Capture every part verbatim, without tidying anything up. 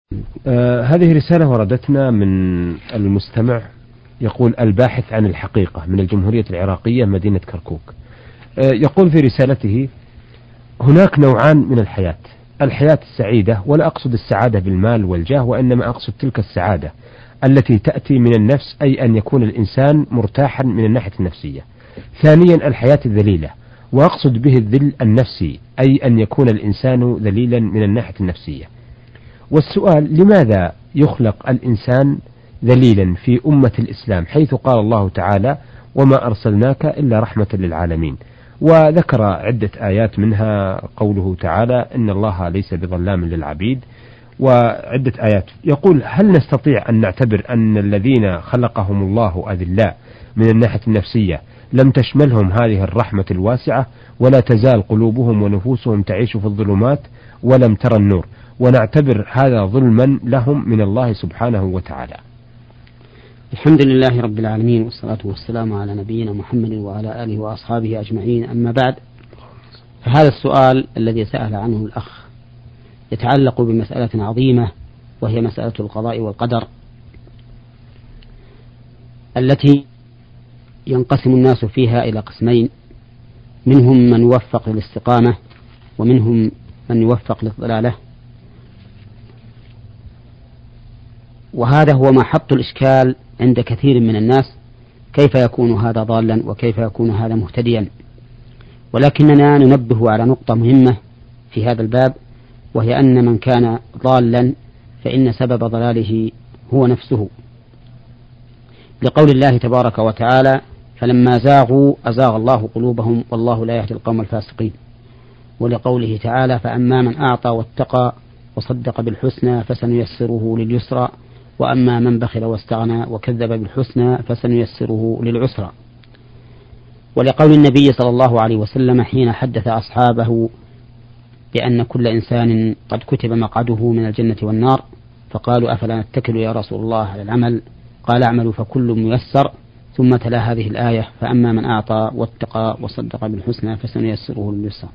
آه هذه رسالة وردتنا من المستمع، يقول الباحث عن الحقيقة من الجمهورية العراقية مدينة كركوك. آه يقول في رسالته: هناك نوعان من الحياة، الحياة السعيدة، ولا أقصد السعادة بالمال والجاه، وإنما أقصد تلك السعادة التي تأتي من النفس، أي أن يكون الإنسان مرتاحا من الناحية النفسية. ثانيا الحياة الذليلة، وأقصد به الذل النفسي، أي أن يكون الإنسان ذليلا من الناحية النفسية. والسؤال: لماذا يخلق الإنسان ذليلا في أمة الإسلام، حيث قال الله تعالى: وما أرسلناك إلا رحمة للعالمين؟ وذكر عدة آيات منها قوله تعالى: إن الله ليس بظلام للعبيد، وعدة آيات. يقول: هل نستطيع أن نعتبر أن الذين خلقهم الله أذلاء من الناحية النفسية لم تشملهم هذه الرحمة الواسعة، ولا تزال قلوبهم ونفوسهم تعيش في الظلمات ولم ترى النور، ونعتبر هذا ظلما لهم من الله سبحانه وتعالى؟ الحمد لله رب العالمين، والصلاة والسلام على نبينا محمد وعلى آله وأصحابه أجمعين. أما بعد، فهذا السؤال الذي سأل عنه الأخ يتعلق بمسألة عظيمة، وهي مسألة القضاء والقدر، التي ينقسم الناس فيها إلى قسمين: منهم من يوفق للاستقامة، ومنهم من يوفق للضلالة. وهذا هو ما حط الإشكال عند كثير من الناس، كيف يكون هذا ضالا وكيف يكون هذا مهتديا. ولكننا ننبه على نقطة مهمة في هذا الباب، وهي أن من كان ضالا فإن سبب ضلاله هو نفسه، لقول الله تبارك وتعالى: فلما زاغوا أزاغ الله قلوبهم والله لا يهدي القوم الفاسقين. ولقوله تعالى: فأما من أعطى واتقى وصدق بالحسنى فسنيسره لليسرى وأما من بخل واستغنى وكذب بالحسنى فسنيسره للعسرى. ولقول النبي صلى الله عليه وسلم حين حدث أصحابه بأن كل إنسان قد كتب مقعده من الجنة والنار، فقالوا: أفلا نتكل يا رسول الله على العمل؟ قال: اعملوا فكل ميسر. ثم تلا هذه الآية: فأما من أعطى واتقى وصدق بالحسنى فسنيسره لليسرى.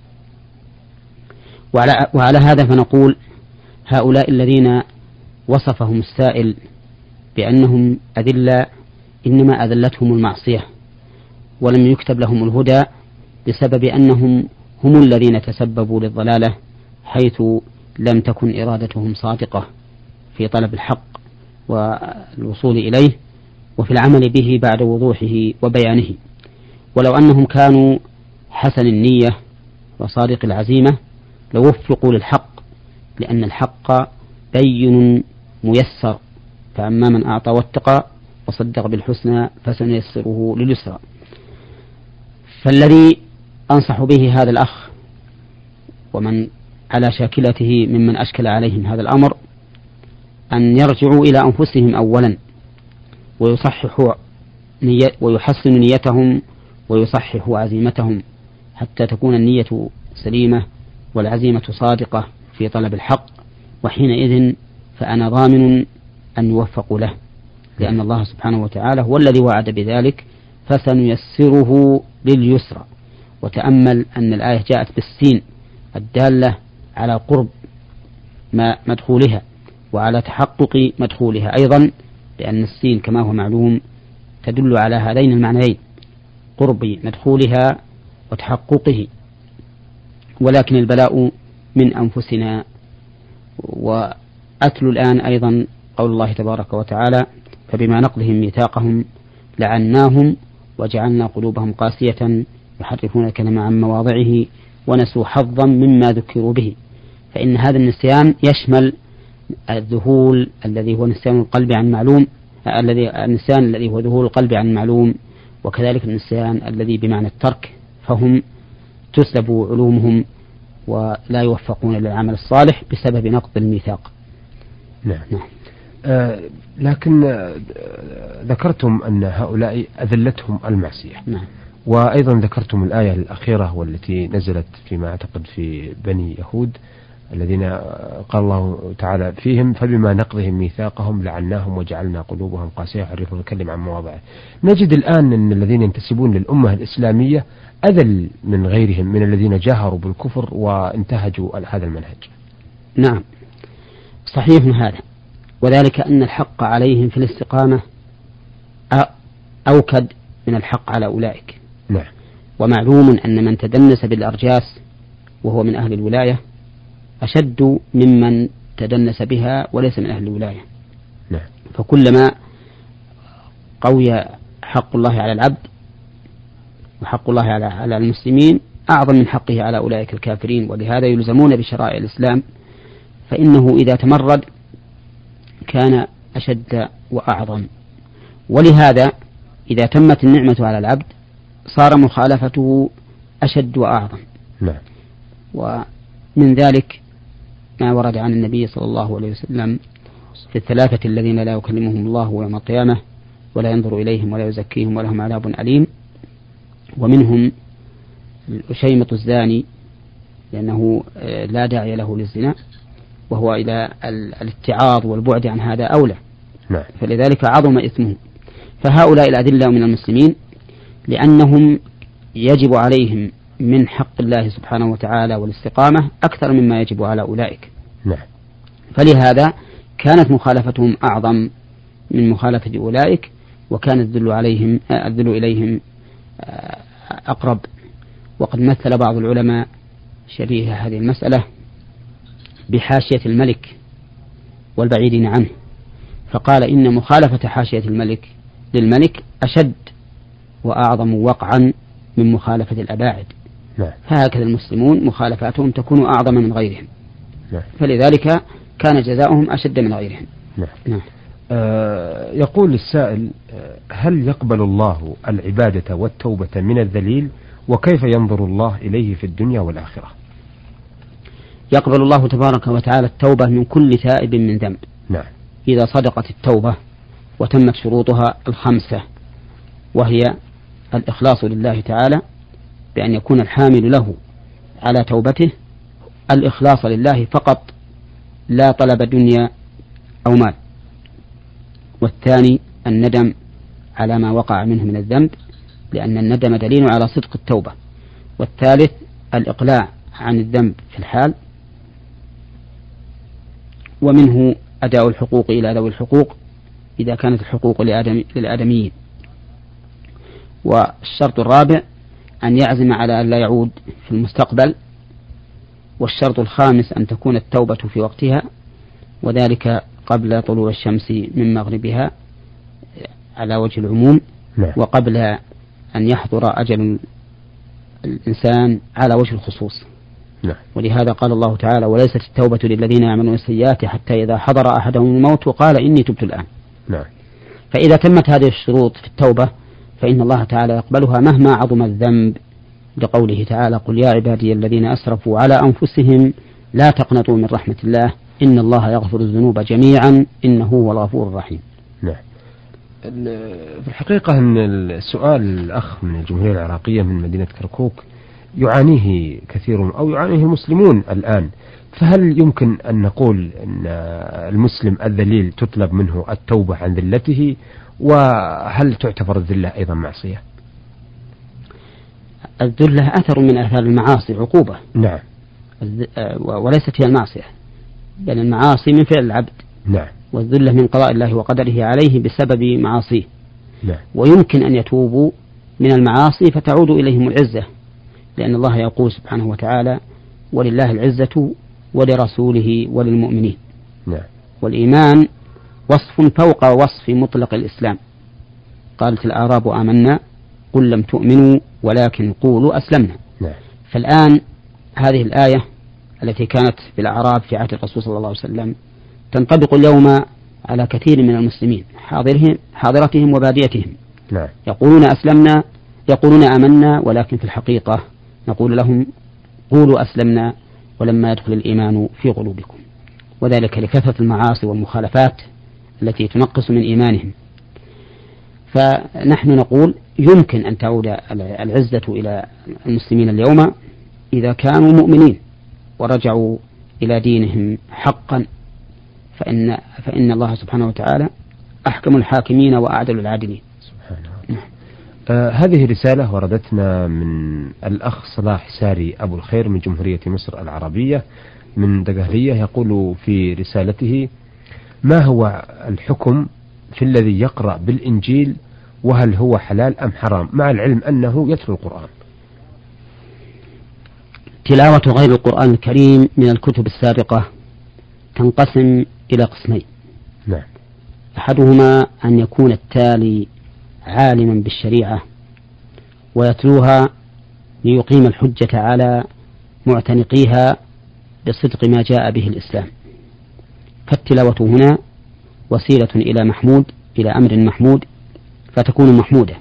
وعلى, وعلى هذا فنقول: هؤلاء الذين وصفهم السائل بأنهم أذلاء إنما أذلتهم المعصية، ولم يكتب لهم الهدى بسبب أنهم هم الذين تسببوا للضلالة، حيث لم تكن إرادتهم صادقة في طلب الحق والوصول إليه وفي العمل به بعد وضوحه وبيانه. ولو أنهم كانوا حسن النية وصادق العزيمة لوفقوا للحق، لأن الحق بين ميسر. فأما من أعطى واتقى وصدق بالحسنى فسنيسره لليسرى. فالذي أنصح به هذا الأخ ومن على شاكلته ممن أشكل عليهم هذا الأمر أن يرجعوا إلى أنفسهم أولا، ويصححوا نية ويحسنوا نيتهم ويصححوا عزيمتهم، حتى تكون النية سليمة والعزيمة صادقة في طلب الحق، وحينئذ فأنا ضامن أن يوفقوا له، لأن الله سبحانه وتعالى هو الذي وعد بذلك: فسنيسره لليسرى. وتأمل أن الآية جاءت بالسين الدالة على قرب ما مدخولها وعلى تحقق مدخولها أيضا، لأن السين كما هو معلوم تدل على هذين المعنيين: قرب مدخولها وتحققه. ولكن البلاء من أنفسنا. وأتل الآن أيضا قول الله تبارك وتعالى: فبما نقضهم ميثاقهم لعناهم وجعلنا قلوبهم قاسية يحرفون الكلام عن مواضعه ونسوا حظا مما ذكروا به. فإن هذا النسيان يشمل الذهول الذي هو نسيان القلب عن معلوم، الذي النسيان الذي هو ذهول القلب عن معلوم، وكذلك النسيان الذي بمعنى الترك، فهم تسلب علومهم ولا يوفقون للعمل الصالح بسبب نقض الميثاق. نعم. نعم. آه لكن آه ذكرتم أن هؤلاء أذلتهم المعصية. نعم. وأيضا ذكرتم الآية الأخيرة والتي نزلت فيما أعتقد في بني يهود الذين قال الله تعالى فيهم: فبما نقضهم ميثاقهم لعناهم وجعلنا قلوبهم قاسية يحرفون الكلم عن مواضعه. نجد الآن أن الذين ينتسبون للأمة الإسلامية أذل من غيرهم من الذين جاهروا بالكفر وانتهجوا هذا المنهج. نعم، صحيح هذا، وذلك أن الحق عليهم في الاستقامة أوكد من الحق على أولئك. نعم. ومعلوم أن من تدنس بالأرجاس وهو من أهل الولاية أشد ممن تدنس بها وليس من أهل الولاية. نعم. فكلما قوي حق الله على العبد وحق الله على على المسلمين أعظم من حقه على أولئك الكافرين، ولهذا يلزمون بشرائع الإسلام، فإنه إذا تمرد كان أشد وأعظم. ولهذا إذا تمت النعمة على العبد صار مخالفته أشد وأعظم. نعم. ومن ذلك ما ورد عن النبي صلى الله عليه وسلم في الثلاثة الذين لا يكلمهم الله يوم القيامة ولا ينظر إليهم ولا يزكيهم ولهم عذاب أليم، ومنهم الأشيمة الزاني لأنه لا داعي له للزنا، وهو إلى الاتعاظ والبعد عن هذا أولى. نعم. فلذلك عظم إثمه. فهؤلاء الأذلة من المسلمين لأنهم يجب عليهم من حق الله سبحانه وتعالى والاستقامة أكثر مما يجب على أولئك. نعم. فلهذا كانت مخالفتهم أعظم من مخالفة أولئك، وكان الذل عليهم الذل إليهم أقرب. وقد مثل بعض العلماء شبيه هذه المسألة بحاشية الملك والبعيدين عنه، فقال إن مخالفة حاشية الملك للملك أشد وأعظم وقعا من مخالفة الأباعد. نعم. فهكذا المسلمون مخالفاتهم تكون أعظم من غيرهم. نعم. فلذلك كان جزاؤهم أشد من غيرهم. نعم. نعم. آه يقول السائل: هل يقبل الله العبادة والتوبة من الذليل، وكيف ينظر الله إليه في الدنيا والآخرة؟ يقبل الله تبارك وتعالى التوبة من كل تائب من ذنب. نعم. إذا صدقت التوبة وتمت شروطها الخمسة، وهي الإخلاص لله تعالى بأن يكون الحامل له على توبته الإخلاص لله فقط لا طلب دنيا أو مال، والثاني الندم على ما وقع منه من الذنب لأن الندم دليل على صدق التوبة، والثالث الإقلاع عن الذنب في الحال، ومنه أداء الحقوق إلى ذوي الحقوق إذا كانت الحقوق للآدميين. والشرط الرابع أن يعزم على أن لا يعود في المستقبل. والشرط الخامس أن تكون التوبة في وقتها، وذلك قبل طلوع الشمس من مغربها على وجه العموم. نعم. وقبل أن يحضر أجل الإنسان على وجه الخصوص. نعم. ولهذا قال الله تعالى: وليست التوبة للذين يعملون السيئات حتى إذا حضر أحدهم الموت وقال إني تبت الآن. نعم. فإذا تمت هذه الشروط في التوبة فإن الله تعالى يقبلها مهما عظم الذنب، لقوله تعالى: قل يا عبادي الذين أسرفوا على أنفسهم لا تقنطوا من رحمة الله إن الله يغفر الذنوب جميعا إنه هو الغفور الرحيم. نعم. في الحقيقة أن السؤال الأخ من الجمهورية العراقية من مدينة كركوك يعانيه كثير أو يعانيه المسلمون الآن، فهل يمكن أن نقول أن المسلم الذليل تطلب منه التوبة عن ذلته، وهل تعتبر الذلة أيضا معصية؟ الذلة أثر من آثار المعاصي عقوبة. نعم. وليست هي المعصية، لأن المعاصي من فعل العبد. نعم. والذلة من قضاء الله وقدره عليه بسبب معاصيه. نعم. ويمكن أن يتوبوا من المعاصي فتعود إليهم العزة، لأن الله يقول سبحانه وتعالى: ولله العزة ولرسوله وللمؤمنين. نعم. والإيمان وصف فوق وصف مطلق الإسلام. قالت الأعراب آمنا قل لم تؤمنوا ولكن قولوا أسلمنا. نعم. فالآن هذه الآية التي كانت في الأعراب في عهد الرسول صلى الله عليه وسلم تنطبق اليوم على كثير من المسلمين حاضرهم حاضرتهم وباديتهم. نعم. يقولون أسلمنا يقولون آمنا ولكن في الحقيقة نقول لهم قولوا أسلمنا ولما يدخل الإيمان في قلوبكم، وذلك لكثرة المعاصي والمخالفات التي تنقص من إيمانهم. فنحن نقول يمكن أن تعود العزة إلى المسلمين اليوم إذا كانوا مؤمنين ورجعوا إلى دينهم حقا، فإن, فإن الله سبحانه وتعالى أحكم الحاكمين وأعدل العادلين. سبحانه. نعم. آه هذه رسالة وردتنا من الأخ صلاح ساري أبو الخير من جمهورية مصر العربية. من دقهلية يقول في رسالته: ما هو الحكم في الذي يقرأ بالإنجيل، وهل هو حلال أم حرام، مع العلم أنه يتلو القرآن؟ تلاوة غير القرآن الكريم من الكتب السابقة تنقسم إلى قسمين. نعم. أحدهما أن يكون التالي عالما بالشريعة ويتلوها ليقيم الحجة على معتنقيها بصدق ما جاء به الإسلام، فالتلاوة هنا وسيلة إلى محمود إلى أمر محمود فتكون محمودة.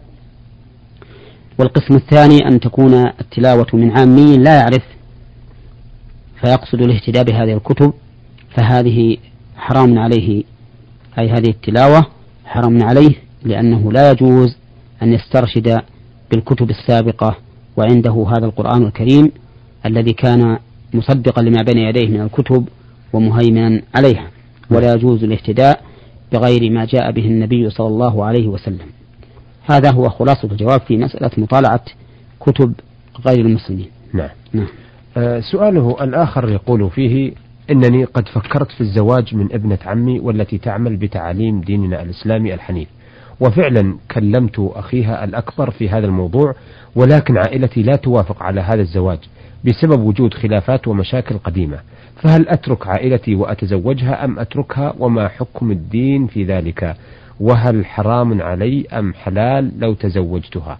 والقسم الثاني أن تكون التلاوة من عامي لا يعرف فيقصد الاهتداء بهذه الكتب، فهذه حرام عليه، أي هذه التلاوة حرام عليه، لأنه لا يجوز أن يسترشد بالكتب السابقة وعنده هذا القرآن الكريم الذي كان مصدقا لما بين يديه من الكتب ومهيمنا عليها، ولا يجوز الاهتداء بغير ما جاء به النبي صلى الله عليه وسلم. هذا هو خلاصة الجواب في مسألة مطالعة كتب غير المسلمين. نعم. نعم. آه سؤاله الآخر يقول فيه: إنني قد فكرت في الزواج من ابنة عمي والتي تعمل بتعاليم ديننا الإسلامي الحنيف، وفعلا كلمت أخيها الأكبر في هذا الموضوع، ولكن عائلتي لا توافق على هذا الزواج بسبب وجود خلافات ومشاكل قديمة، فهل أترك عائلتي وأتزوجها أم أتركها، وما حكم الدين في ذلك، وهل حرام علي أم حلال لو تزوجتها؟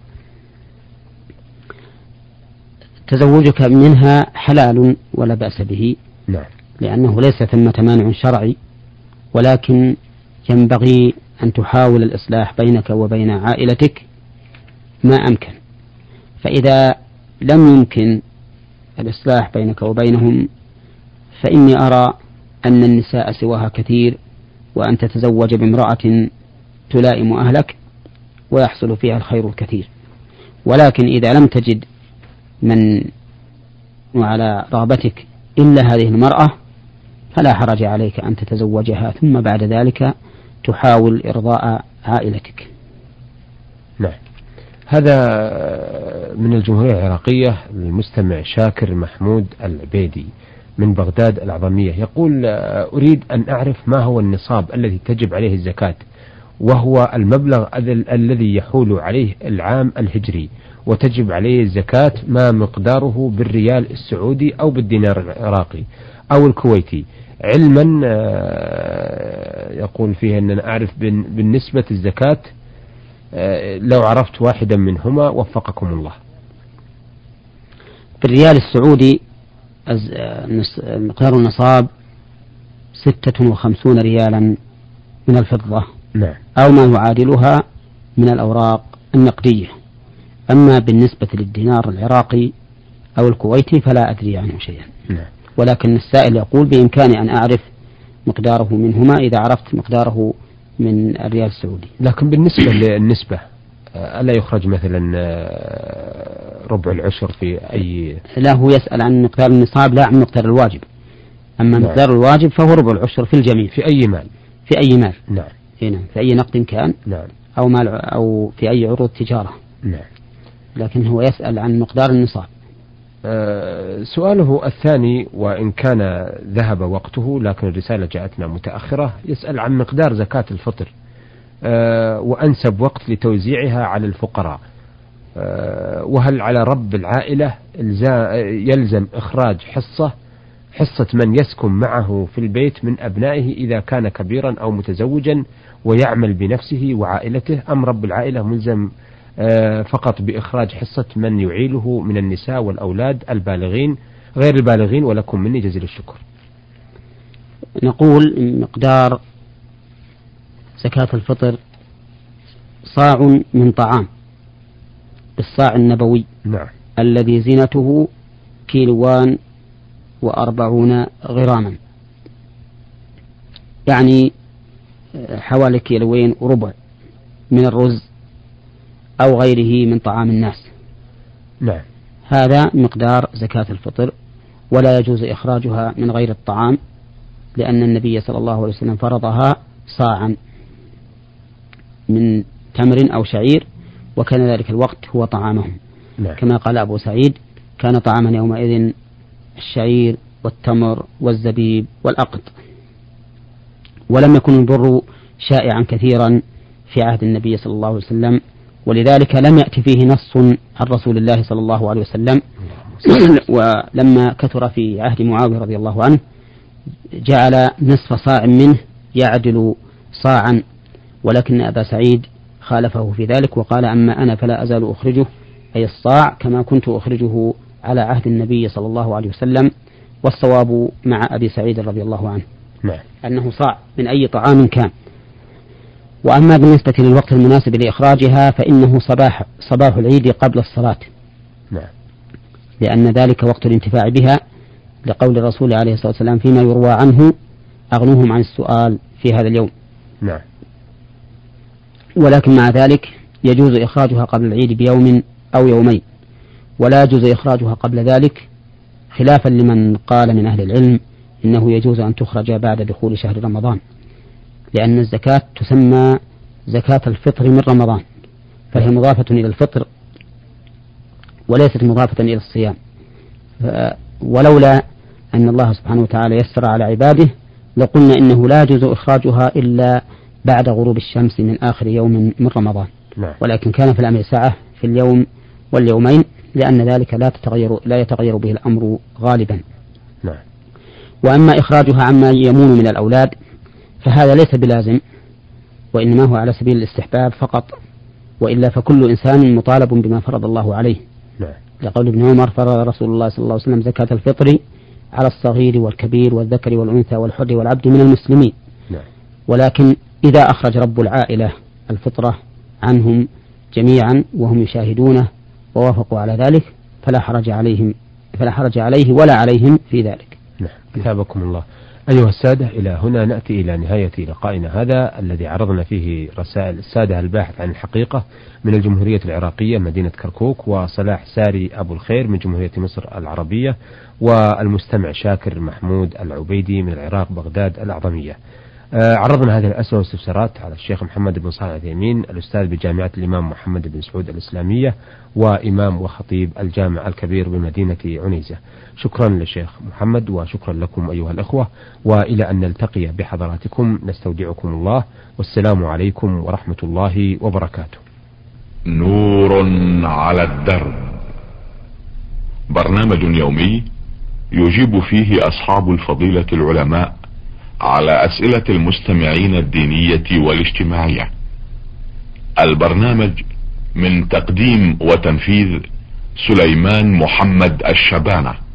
تزوجك منها حلال ولا بأس به. نعم. لأنه ليس ثمة مانع شرعي، ولكن ينبغي أن تحاول الإصلاح بينك وبين عائلتك ما أمكن، فإذا لم يمكن الإصلاح بينك وبينهم فإني أرى أن النساء سواها كثير، وأن تتزوج بامرأة تلائم أهلك ويحصل فيها الخير الكثير. ولكن إذا لم تجد من وعلى رغبتك إلا هذه المرأة فلا حرج عليك أن تتزوجها، ثم بعد ذلك تحاول إرضاء عائلتك. نعم. هذا من الجمهورية العراقية المستمع شاكر محمود العبيدي من بغداد الأعظمية، يقول: أريد أن أعرف ما هو النصاب الذي تجب عليه الزكاة، وهو المبلغ الذي يحول عليه العام الهجري، وتجب عليه الزكاة ما مقداره بالريال السعودي أو بالدينار العراقي أو الكويتي، علما يقول فيه أن أنا أعرف بالنسبة الزكاة لو عرفت واحدا منهما وفقكم الله. بالريال السعودي مقدار النصاب ستة وخمسون ريالا من الفضة. نعم. أو ما يعادلها من الأوراق النقدية. أما بالنسبة للدينار العراقي أو الكويتي فلا أدري عنه شيئا. نعم. ولكن السائل يقول بإمكاني أن أعرف مقداره منهما إذا عرفت مقداره من الريال السعودي. لكن بالنسبة للنسبة ألا يخرج مثلا ربع العشر في أي؟ لا، هو يسأل عن مقدار النصاب لا عن مقدار الواجب. أما نعم. مقدار الواجب فهو ربع العشر في الجميع في أي مال. في أي مال. نعم. هنا في أي نقد كان. نعم. أو مال أو في أي عروض تجارة. نعم. لكن هو يسأل عن مقدار النصاب. أه سؤاله الثاني، وإن كان ذهب وقته لكن الرسالة جاءتنا متأخرة، يسأل عن مقدار زكاة الفطر أه وأنسب وقت لتوزيعها على الفقراء، أه وهل على رب العائلة يلزم إخراج حصة حصة من يسكن معه في البيت من أبنائه إذا كان كبيرا أو متزوجا ويعمل بنفسه وعائلته، أم رب العائلة ملزم فقط بإخراج حصة من يعيله من النساء والأولاد البالغين غير البالغين؟ ولكم مني جزيل الشكر. نقول مقدار زكاة الفطر صاع من طعام بالصاع النبوي. نعم. الذي زينته كيلوان وأربعون غراما، يعني حوالي كيلوين وربع من الرز أو غيره من طعام الناس. نعم. هذا مقدار زكاة الفطر، ولا يجوز إخراجها من غير الطعام، لأن النبي صلى الله عليه وسلم فرضها صاعا من تمر أو شعير، وكان ذلك الوقت هو طعامهم. نعم. كما قال أبو سعيد: كان طعاما يومئذ الشعير والتمر والزبيب والأقط. ولم يكن البر شائعا كثيرا في عهد النبي صلى الله عليه وسلم، ولذلك لم يأتي فيه نص عن رسول الله صلى الله عليه وسلم. ولما كثر في عهد معاوية رضي الله عنه جعل نصف صاع منه يعدل صاعا، ولكن أبا سعيد خالفه في ذلك وقال: أما أنا فلا أزال أخرجه، أي الصاع، كما كنت أخرجه على عهد النبي صلى الله عليه وسلم. والصواب مع أبي سعيد رضي الله عنه نعم. أنه صاع من أي طعام كان. وأما بالنسبة للوقت المناسب لإخراجها فإنه صباح صباح العيد قبل الصلاة، نعم. لأن ذلك وقت الانتفاع بها، لقول الرسول عليه الصلاة والسلام فيما يروى عنه: أغنوهم عن السؤال في هذا اليوم. نعم. ولكن مع ذلك يجوز إخراجها قبل العيد بيوم أو يومين، ولا يجوز إخراجها قبل ذلك، خلافا لمن قال من أهل العلم إنه يجوز أن تخرج بعد دخول شهر رمضان، لأن الزكاة تسمى زكاة الفطر من رمضان، فهي مضافة إلى الفطر وليست مضافة إلى الصيام. ولولا أن الله سبحانه وتعالى يسر على عباده لقلنا إنه لا يجوز إخراجها إلا بعد غروب الشمس من آخر يوم من رمضان. نعم. ولكن كان في الأمر سعة في اليوم واليومين، لأن ذلك لا تتغير لا يتغير به الأمر غالبا. نعم. وأما إخراجها عما يمون من الأولاد فهذا ليس بلازم، وإنما هو على سبيل الاستحباب فقط، وإلا فكل إنسان مطالب بما فرض الله عليه. نعم. لقول ابن عمر: فرض رسول الله صلى الله عليه وسلم زكاة الفطر على الصغير والكبير والذكر والأنثى والحر والعبد من المسلمين. نعم. ولكن إذا أخرج رب العائلة الفطرة عنهم جميعا وهم يشاهدونه ووافقوا على ذلك فلا حرج عليهم فلا حرج عليه ولا عليهم في ذلك. نعم. أثابكم الله. أيها السادة، إلى هنا نأتي إلى نهاية لقائنا هذا الذي عرضنا فيه رسائل السادة الباحث عن الحقيقة من الجمهورية العراقية مدينة كركوك، وصلاح ساري أبو الخير من جمهورية مصر العربية، والمستمع شاكر محمود العبيدي من العراق بغداد الأعظمية. عرضنا هذه الأسئلة والاستفسارات على الشيخ محمد بن صالح العثيمين الأستاذ بجامعة الإمام محمد بن سعود الإسلامية وإمام وخطيب الجامع الكبير بمدينة عنيزة. شكرا للشيخ محمد وشكرا لكم أيها الأخوة، وإلى أن نلتقي بحضراتكم نستودعكم الله، والسلام عليكم ورحمة الله وبركاته. نور على الدرب، برنامج يومي يجيب فيه أصحاب الفضيلة العلماء على أسئلة المستمعين الدينية والاجتماعية. البرنامج من تقديم وتنفيذ سليمان محمد الشبانة.